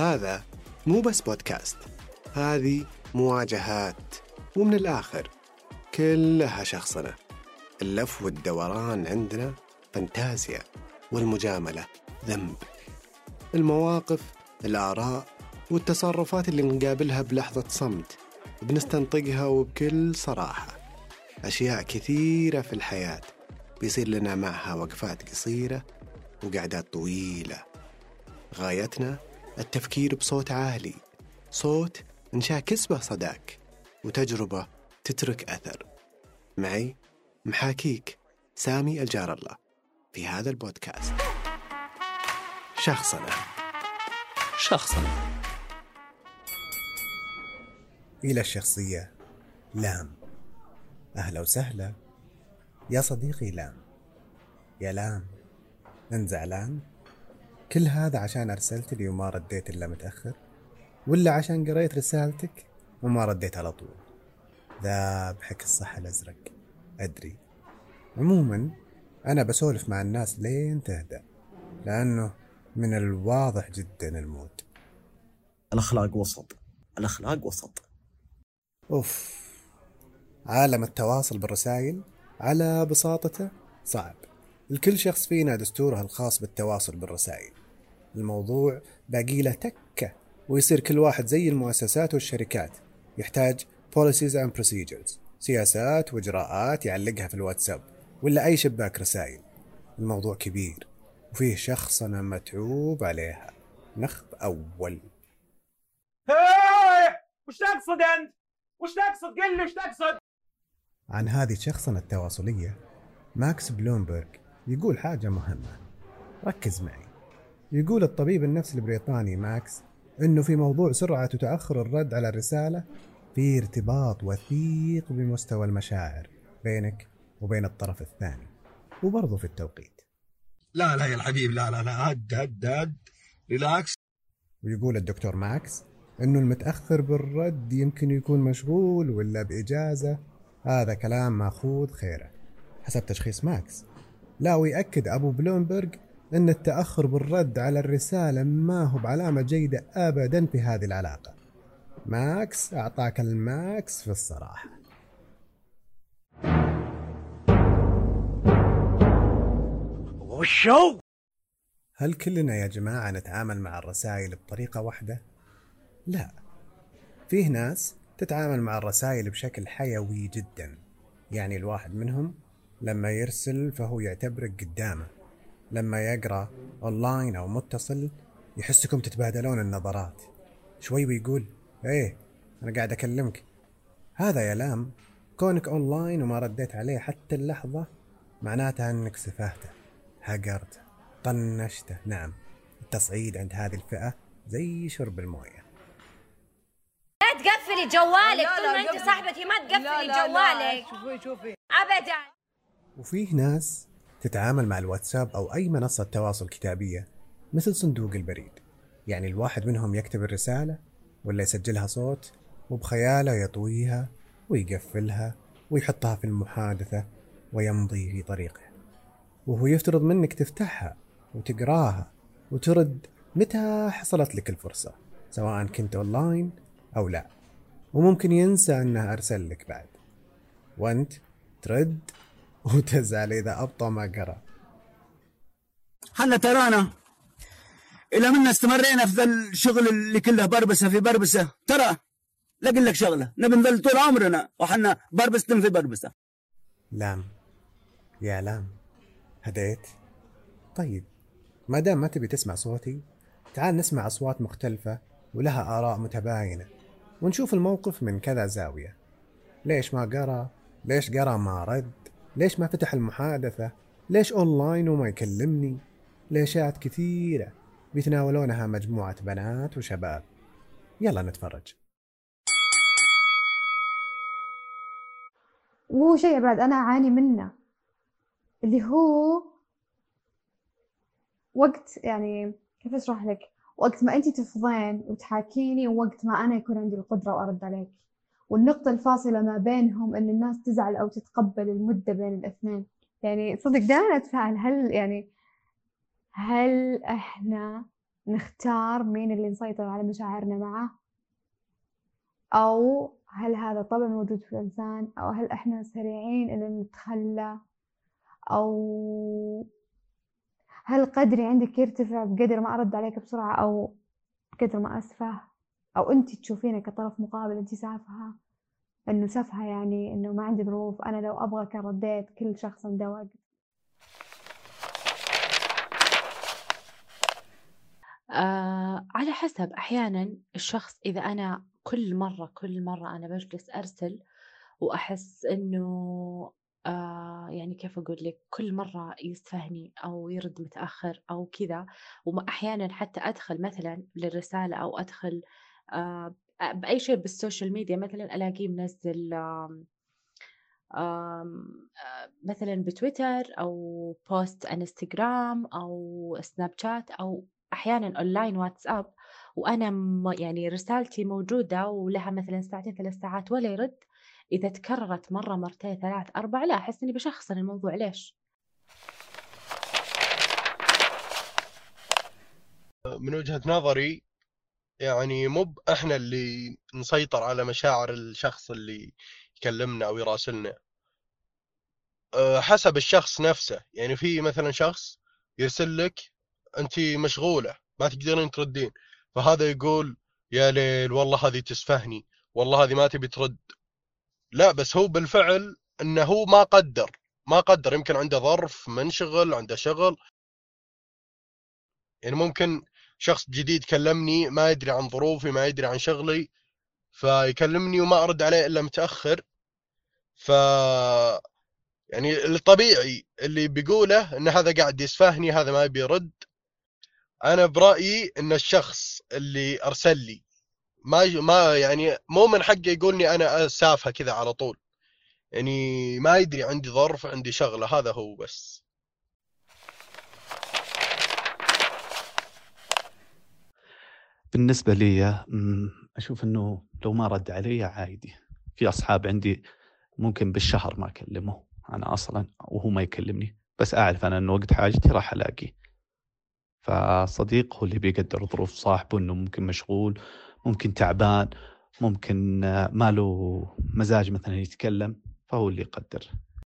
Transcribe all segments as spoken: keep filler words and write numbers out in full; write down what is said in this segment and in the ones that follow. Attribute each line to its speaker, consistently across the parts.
Speaker 1: هذا مو بس بودكاست، هذه مواجهات، ومن الآخر كلها شخصنة. اللف والدوران عندنا فانتازيا، والمجاملة ذنب. المواقف، الآراء والتصرفات اللي نقابلها بلحظة صمت بنستنطقها وبكل صراحة. أشياء كثيرة في الحياة بيصير لنا معها وقفات قصيرة وقعدات طويلة. غايتنا التفكير بصوت عالي، صوت نشاكس به صداك، وتجربة تترك أثر. معي محاكيك سامي الجار الله في هذا البودكاست. شخصنا
Speaker 2: شخصنا
Speaker 3: إلى الشخصية لام. أهلا وسهلا يا صديقي لام. يا لام، أنت زعلان؟ كل هذا عشان أرسلت لي وما رديت إلا متأخر، ولا عشان قريت رسالتك وما رديت على طول؟ ذابحك الصح الأزرق أدري. عموما أنا بسولف مع الناس لين تهدأ، لأنه من الواضح جدا المود.
Speaker 2: الأخلاق وسط، الأخلاق وسط.
Speaker 3: أوف، عالم التواصل بالرسائل على بساطته صعب. الكل شخص فينا دستوره الخاص بالتواصل بالرسائل. الموضوع باقي له تكة ويصير كل واحد زي المؤسسات والشركات يحتاج policies and procedures، سياسات وإجراءات يعلقها في الواتساب ولا أي شباك رسائل. الموضوع كبير وفيه شخص أنا متعوب عليها. نخب أول.
Speaker 4: وش تقصد أنت؟ وش تقصد؟ قل لي وش تقصد؟
Speaker 3: عن هذه الشخصنة التواصلية ماكس بلومبرغ يقول حاجة مهمة، ركز معي. يقول الطبيب النفسي البريطاني ماكس إنه في موضوع سرعة وتأخر الرد على الرسالة في ارتباط وثيق بمستوى المشاعر بينك وبين الطرف الثاني، وبرضه في التوقيت.
Speaker 5: لا لا يا الحبيب، لا لا لا هد هد هد ريلاكس.
Speaker 3: ويقول الدكتور ماكس إنه المتأخر بالرد يمكن يكون مشغول ولا بإجازة. هذا كلام ماخوذ خيره حسب تشخيص ماكس. لا، ويأكد أبو بلومبرغ أن التأخر بالرد على الرسالة ما هو بعلامة جيدة أبدا في هذه العلاقة. ماكس أعطاك الماكس في الصراحة.
Speaker 4: وشو؟
Speaker 3: هل كلنا يا جماعة نتعامل مع الرسائل بطريقة واحدة؟ لا، فيه ناس تتعامل مع الرسائل بشكل حيوي جدا. يعني الواحد منهم لما يرسل فهو يعتبرك قدامه، لما يقرأ أونلاين أو متصل يحسكم تتبادلون النظرات شوي ويقول إيه أنا قاعد أكلمك. هذا يا لام كونك أونلاين وما رديت عليه حتى اللحظة معناتها أنك سفهته، هجرته، طنشته. نعم، التصعيد عند هذه الفئة زي شرب الموية.
Speaker 6: لا تقفلي جوالك طول ما انت صاحبتي، ما تقفلي جوالك.
Speaker 4: شوفي شوفي
Speaker 6: ابدا.
Speaker 3: وفيه ناس تتعامل مع الواتساب أو أي منصة تواصل كتابية مثل صندوق البريد. يعني الواحد منهم يكتب الرسالة ولا يسجلها صوت وبخياله يطويها ويقفلها ويحطها في المحادثة ويمضي في طريقه، وهو يفترض منك تفتحها وتقراها وترد متى حصلت لك الفرصة، سواء كنت أونلاين أو لا. وممكن ينسى أنه أرسل لك بعد، وأنت ترد وتزعل إذا أبطأ ما قرأ.
Speaker 5: حنا ترانا إلى منا استمرينا في ذا الشغل اللي كله بربسة في بربسة. ترى لا أقول لك شغلة، نبي نظل طول عمرنا وحنا بربسة في بربسة.
Speaker 3: لام يا لام، هديت؟ طيب، ما دام ما تبي تسمع صوتي، تعال نسمع أصوات مختلفة ولها آراء متباينة ونشوف الموقف من كذا زاوية. ليش ما قرأ؟ ليش قرأ ما رد؟ ليش ما فتح المحادثة؟ ليش أونلاين وما يكلمني؟ ليشات كثيرة بيتناولونها مجموعة بنات وشباب. يلا نتفرج.
Speaker 7: وهو شيء بعد أنا أعاني منه، اللي هو وقت، يعني كيف أشرح لك، وقت ما أنتي تفضين وتحاكيني ووقت ما أنا يكون عندي القدرة وأرد عليك. والنقطة الفاصلة ما بينهم إن الناس تزعل أو تتقبل المدة بين الاثنين. يعني صدق دائما أتساءل، هل يعني هل إحنا نختار مين اللي نسيطر على مشاعرنا معه، أو هل هذا طبع موجود في الإنسان، أو هل إحنا سريعين إن نتخلى، أو هل قدري عندك يرتفع بقدر ما أرد عليك بسرعة، أو بقدر ما أسفه، أو أنت تشوفيني كطرف مقابل أنت سافهة، إنه سفهة يعني إنه ما عندي ظروف، أنا لو أبغى كان رديت، كل شخص عنده وقت.
Speaker 8: آه على حسب. أحيانا الشخص إذا أنا كل مرة كل مرة أنا بجلس أرسل وأحس إنه آه يعني كيف أقول لك، كل مرة يسفهني أو يرد متأخر أو كذا، وأحيانا حتى أدخل مثلا للرسالة أو أدخل آه بأي شيء بالسوشيال ميديا، مثلا ألاقيه منزل آم آم آه مثلا بتويتر أو بوست انستغرام أو سناب شات أو أحيانا أونلاين واتساب، وأنا م- يعني رسالتي موجودة ولها مثلا ساعتين ثلاث ساعات ولا يرد. إذا تكررت مرة مرتين ثلاث أربع، لا أحس إني بشخصن الموضوع. ليش؟
Speaker 9: من وجهة نظري يعني مو احنا اللي نسيطر على مشاعر الشخص اللي يكلمنا او يراسلنا. أه، حسب الشخص نفسه. يعني في مثلا شخص يرسل لك انت مشغولة ما تقدرين تردين، فهذا يقول يا ليل والله هذه تسفهني، والله هذه ما تبي ترد. لا، بس هو بالفعل انه هو ما قدر ما قدر يمكن عنده ظرف، منشغل، عنده شغل. يعني ممكن شخص جديد كلمني ما يدري عن ظروفي، ما يدري عن شغلي، فيكلمني وما أرد عليه إلا متأخر. ف يعني الطبيعي اللي بيقوله إن هذا قاعد يسفهني، هذا ما يبي يرد. أنا برأيي إن الشخص اللي أرسل لي ما ما يعني مو من حقه يقولني أنا سافة كذا على طول. يعني ما يدري عندي ظرف، عندي شغلة، هذا هو بس.
Speaker 2: بالنسبة لي أمم، أشوف أنه لو ما رد علي عادي. في أصحاب عندي ممكن بالشهر ما أكلمه أنا أصلا وهو ما يكلمني، بس أعرف أنا أنه وقت حاجتي راح ألاقيه. فصديق هو اللي بيقدر ظروف صاحبه، أنه ممكن مشغول، ممكن تعبان، ممكن آه، ما له مزاج مثلا يتكلم، فهو اللي يقدر.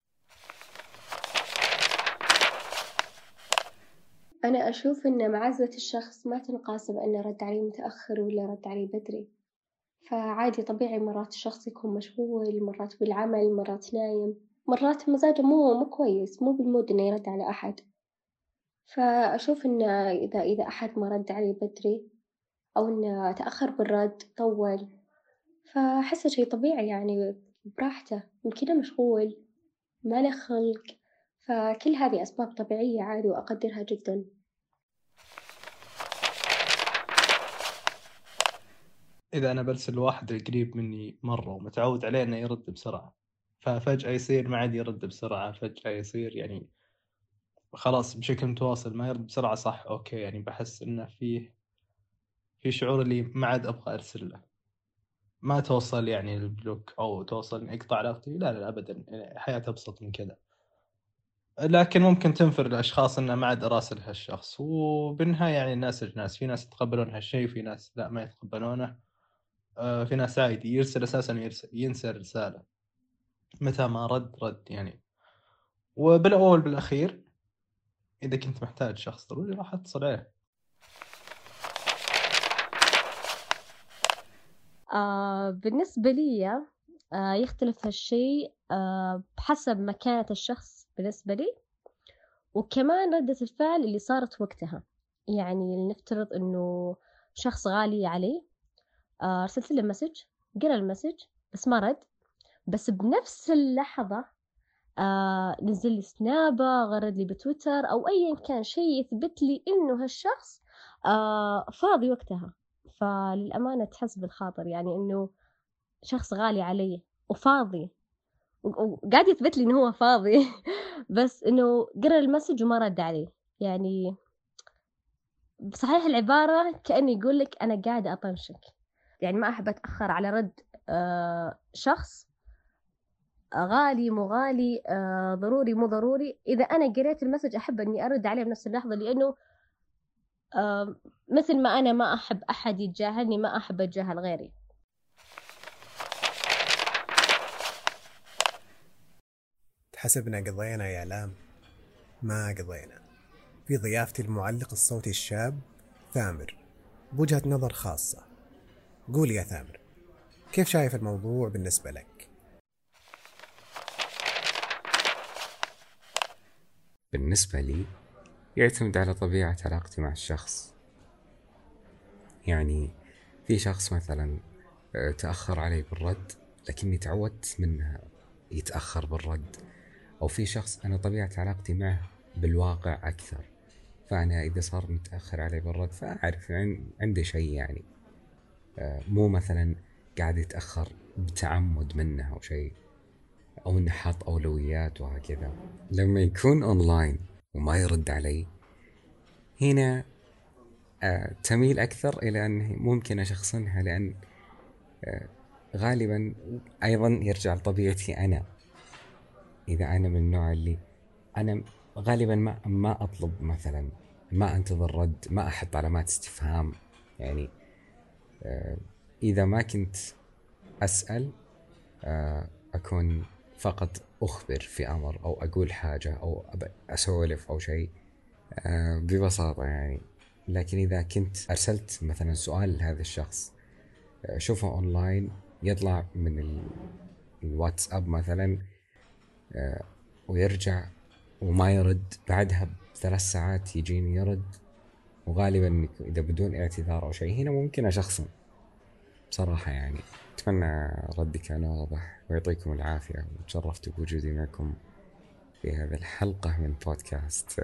Speaker 10: أنا أشوف إن معزة الشخص ما تنقاس بأنه رد عليه متأخر ولا رد عليه بدري، فعادي طبيعي مرات الشخص يكون مشغول، مرات بالعمل، مرات نايم، مرات مزاجه مو مو كويس، مو بالمود إنه يرد على أحد. فأشوف إن إذا إذا أحد ما رد عليه بدري أو إنه تأخر بالرد طول، فأحسه شي طبيعي يعني براحته، يمكنه مشغول ما له خلق. فكل هذه أسباب طبيعية عادي وأقدرها جدا.
Speaker 11: إذا أنا برسل واحد القريب مني مرة ومتعود عليه إنه يرد بسرعة، ففجأة يصير ما عاد يرد بسرعة، فجأة يصير يعني خلاص بشكل متواصل ما يرد بسرعة، صح أوكي، يعني بحس إنه فيه في شعور اللي ما عاد أبغى أرسل له. ما توصل يعني للبلوك أو توصل إني أقطع علاقتي، لا لا أبدا، يعني حياتي أبسط من كذا. لكن ممكن تنفر الأشخاص إنه ما عاد أراسل هالشخص، وبالنهاية يعني الناس أجناس، في ناس يتقبلون هالشيء وفي ناس لا ما يتقبلونه. آه، في ناس عادي يرسل أساسا يرسل ينسى الرسالة، متى ما رد رد يعني. وبالأول بالأخير إذا كنت محتاج شخص ضروري راح أتصل عليه.
Speaker 12: آه بالنسبة لي آه يختلف هالشي آه بحسب مكانة الشخص بالنسبة لي، وكمان ردة الفعل اللي صارت وقتها. يعني نفترض إنه شخص غالي عليه، آه أرسلت له مسج، قرأ المسج بس ما رد، بس بنفس اللحظة آه نزل لي سنابة، غرد لي بتويتر أو أيا كان شيء يثبت لي إنه هالشخص آه فاضي وقتها. فللأمانة تحس بالخاطر، يعني إنه شخص غالي علي وفاضي وقاعد يثبت لي إنه هو فاضي بس إنه قرأ المسج وما رد عليه. يعني بصحيح العبارة كأني يقول لك أنا قاعدة أطنشك. يعني ما أحب أتأخر على رد آه شخص غالي مو غالي، آه ضروري مو ضروري. إذا أنا قريت المسج أحب أني أرد عليه بنفس اللحظة، لأنه آه مثل ما أنا ما أحب أحد يتجاهلني ما أحب أتجاهل غيري.
Speaker 3: تحسبنا قضينا يا إعلام؟ ما قضينا. في ضيافتي المعلق الصوتي الشاب ثامر بوجهة نظر خاصة. قول يا ثامر، كيف شايف الموضوع بالنسبة لك؟
Speaker 13: بالنسبة لي يعتمد على طبيعة علاقتي مع الشخص. يعني في شخص مثلا تأخر علي بالرد لكني تعودت منه يتأخر بالرد، أو في شخص أنا طبيعة علاقتي معه بالواقع أكثر، فأنا إذا صار متأخر علي بالرد فأعرف عنده شيء، يعني مو مثلا قاعد يتأخر بتعمد منه أو شيء، أو إنه حاط أولويات وهكذا. لما يكون أونلاين وما يرد علي هنا آه تميل أكثر إلى أنه ممكن أشخصنها، لأن آه غالبا أيضا يرجع لطبيعتي أنا. إذا أنا من النوع اللي أنا غالبا ما ما أطلب مثلا، ما أنتظر رد، ما أحط علامات استفهام، يعني آه إذا ما كنت أسأل آه أكون فقط أخبر في أمر أو أقول حاجة أو أسولف أو شيء آه ببساطة يعني. لكن إذا كنت أرسلت مثلا سؤال لهذا الشخص آه شوفه أونلاين يطلع من الواتساب مثلا آه ويرجع وما يرد، بعدها بثلاث ساعات يجيني يرد، وغالبا إذا بدون اعتذار أو شيء هنا ممكن أشخصن بصراحة. يعني أتمنى ردي كان واضح، ويعطيكم العافية، وتشرفت بوجودي معكم في هذه الحلقة من بودكاست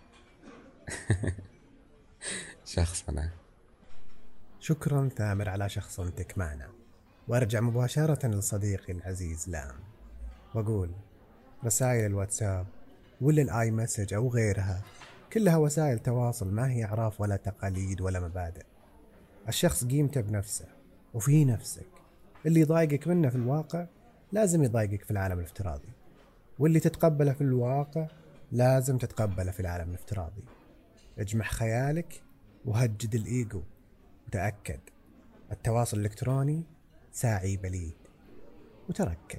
Speaker 13: شخصنا.
Speaker 3: شكرا ثامر على شخصنتك معنا. وأرجع مباشرة لصديقي العزيز لام وأقول رسائل الواتساب ولا الآي مسج أو غيرها كلها وسائل تواصل، ما هي أعراف ولا تقاليد ولا مبادئ. الشخص قيمته بنفسه وفي نفسك. اللي يضايقك منه في الواقع لازم يضايقك في العالم الافتراضي، واللي تتقبله في الواقع لازم تتقبله في العالم الافتراضي. اجمع خيالك وهجد الإيجو، وتأكد التواصل الإلكتروني ساعي بليد، وتركد.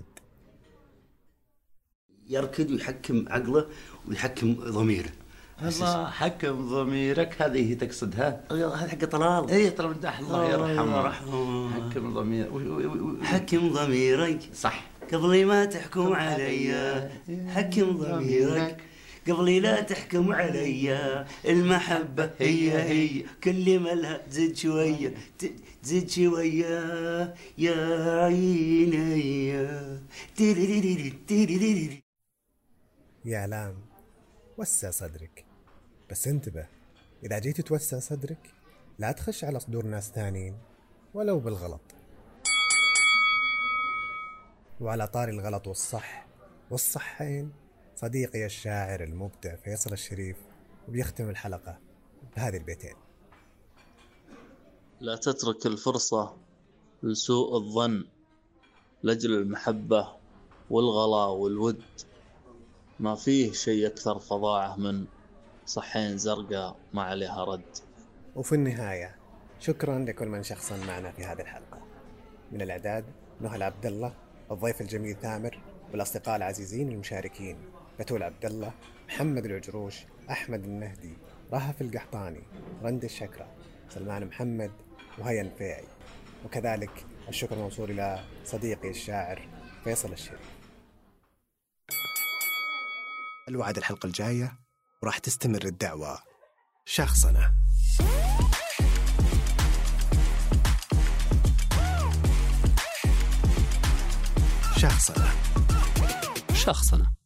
Speaker 14: يركض ويحكم عقله ويحكم ضميره.
Speaker 15: الله حكم ضميرك، هذه تقصدها؟
Speaker 14: هذا حق طلال.
Speaker 15: اي طلال مدح الله يرحمه. حكم ضميرك،
Speaker 14: حكم ضميرك
Speaker 15: صح
Speaker 14: قبل ما تحكم علي. حكم ضميرك قبل لا تحكم علي. المحبة هي هي كل ما لها تزيد شوية تزيد شوية يا عيني.
Speaker 3: يا علام وسع صدرك، بس انتبه، إذا جيت توسع صدرك لا تخش على صدور ناس ثانيين ولو بالغلط. وعلى طاري الغلط والصح والصحين، صديقي الشاعر المبدع فيصل الشريف بيختم الحلقة بهذه البيتين:
Speaker 16: لا تترك الفرصة لسوء الظن، لأجل المحبة والغلا والود، ما فيه شيء أكثر فظاعة من صحين زرقاء ما عليها رد.
Speaker 3: وفي النهاية شكرا لكل من شخصا معنا في هذه الحلقة. من الإعداد نهى عبد الله، الضيف الجميل ثامر، والأصدقاء العزيزين المشاركين بتول عبد الله، محمد العجروش، أحمد النهدي، رهف القحطاني، رند الشكرة، سلمان محمد، وهيا نفيعي. وكذلك الشكر موصول إلى صديقي الشاعر فيصل الشريف.
Speaker 1: الوعد الحلقة الجاية وراح تستمر الدعوة شخصنا. شخصنا
Speaker 17: شخصنا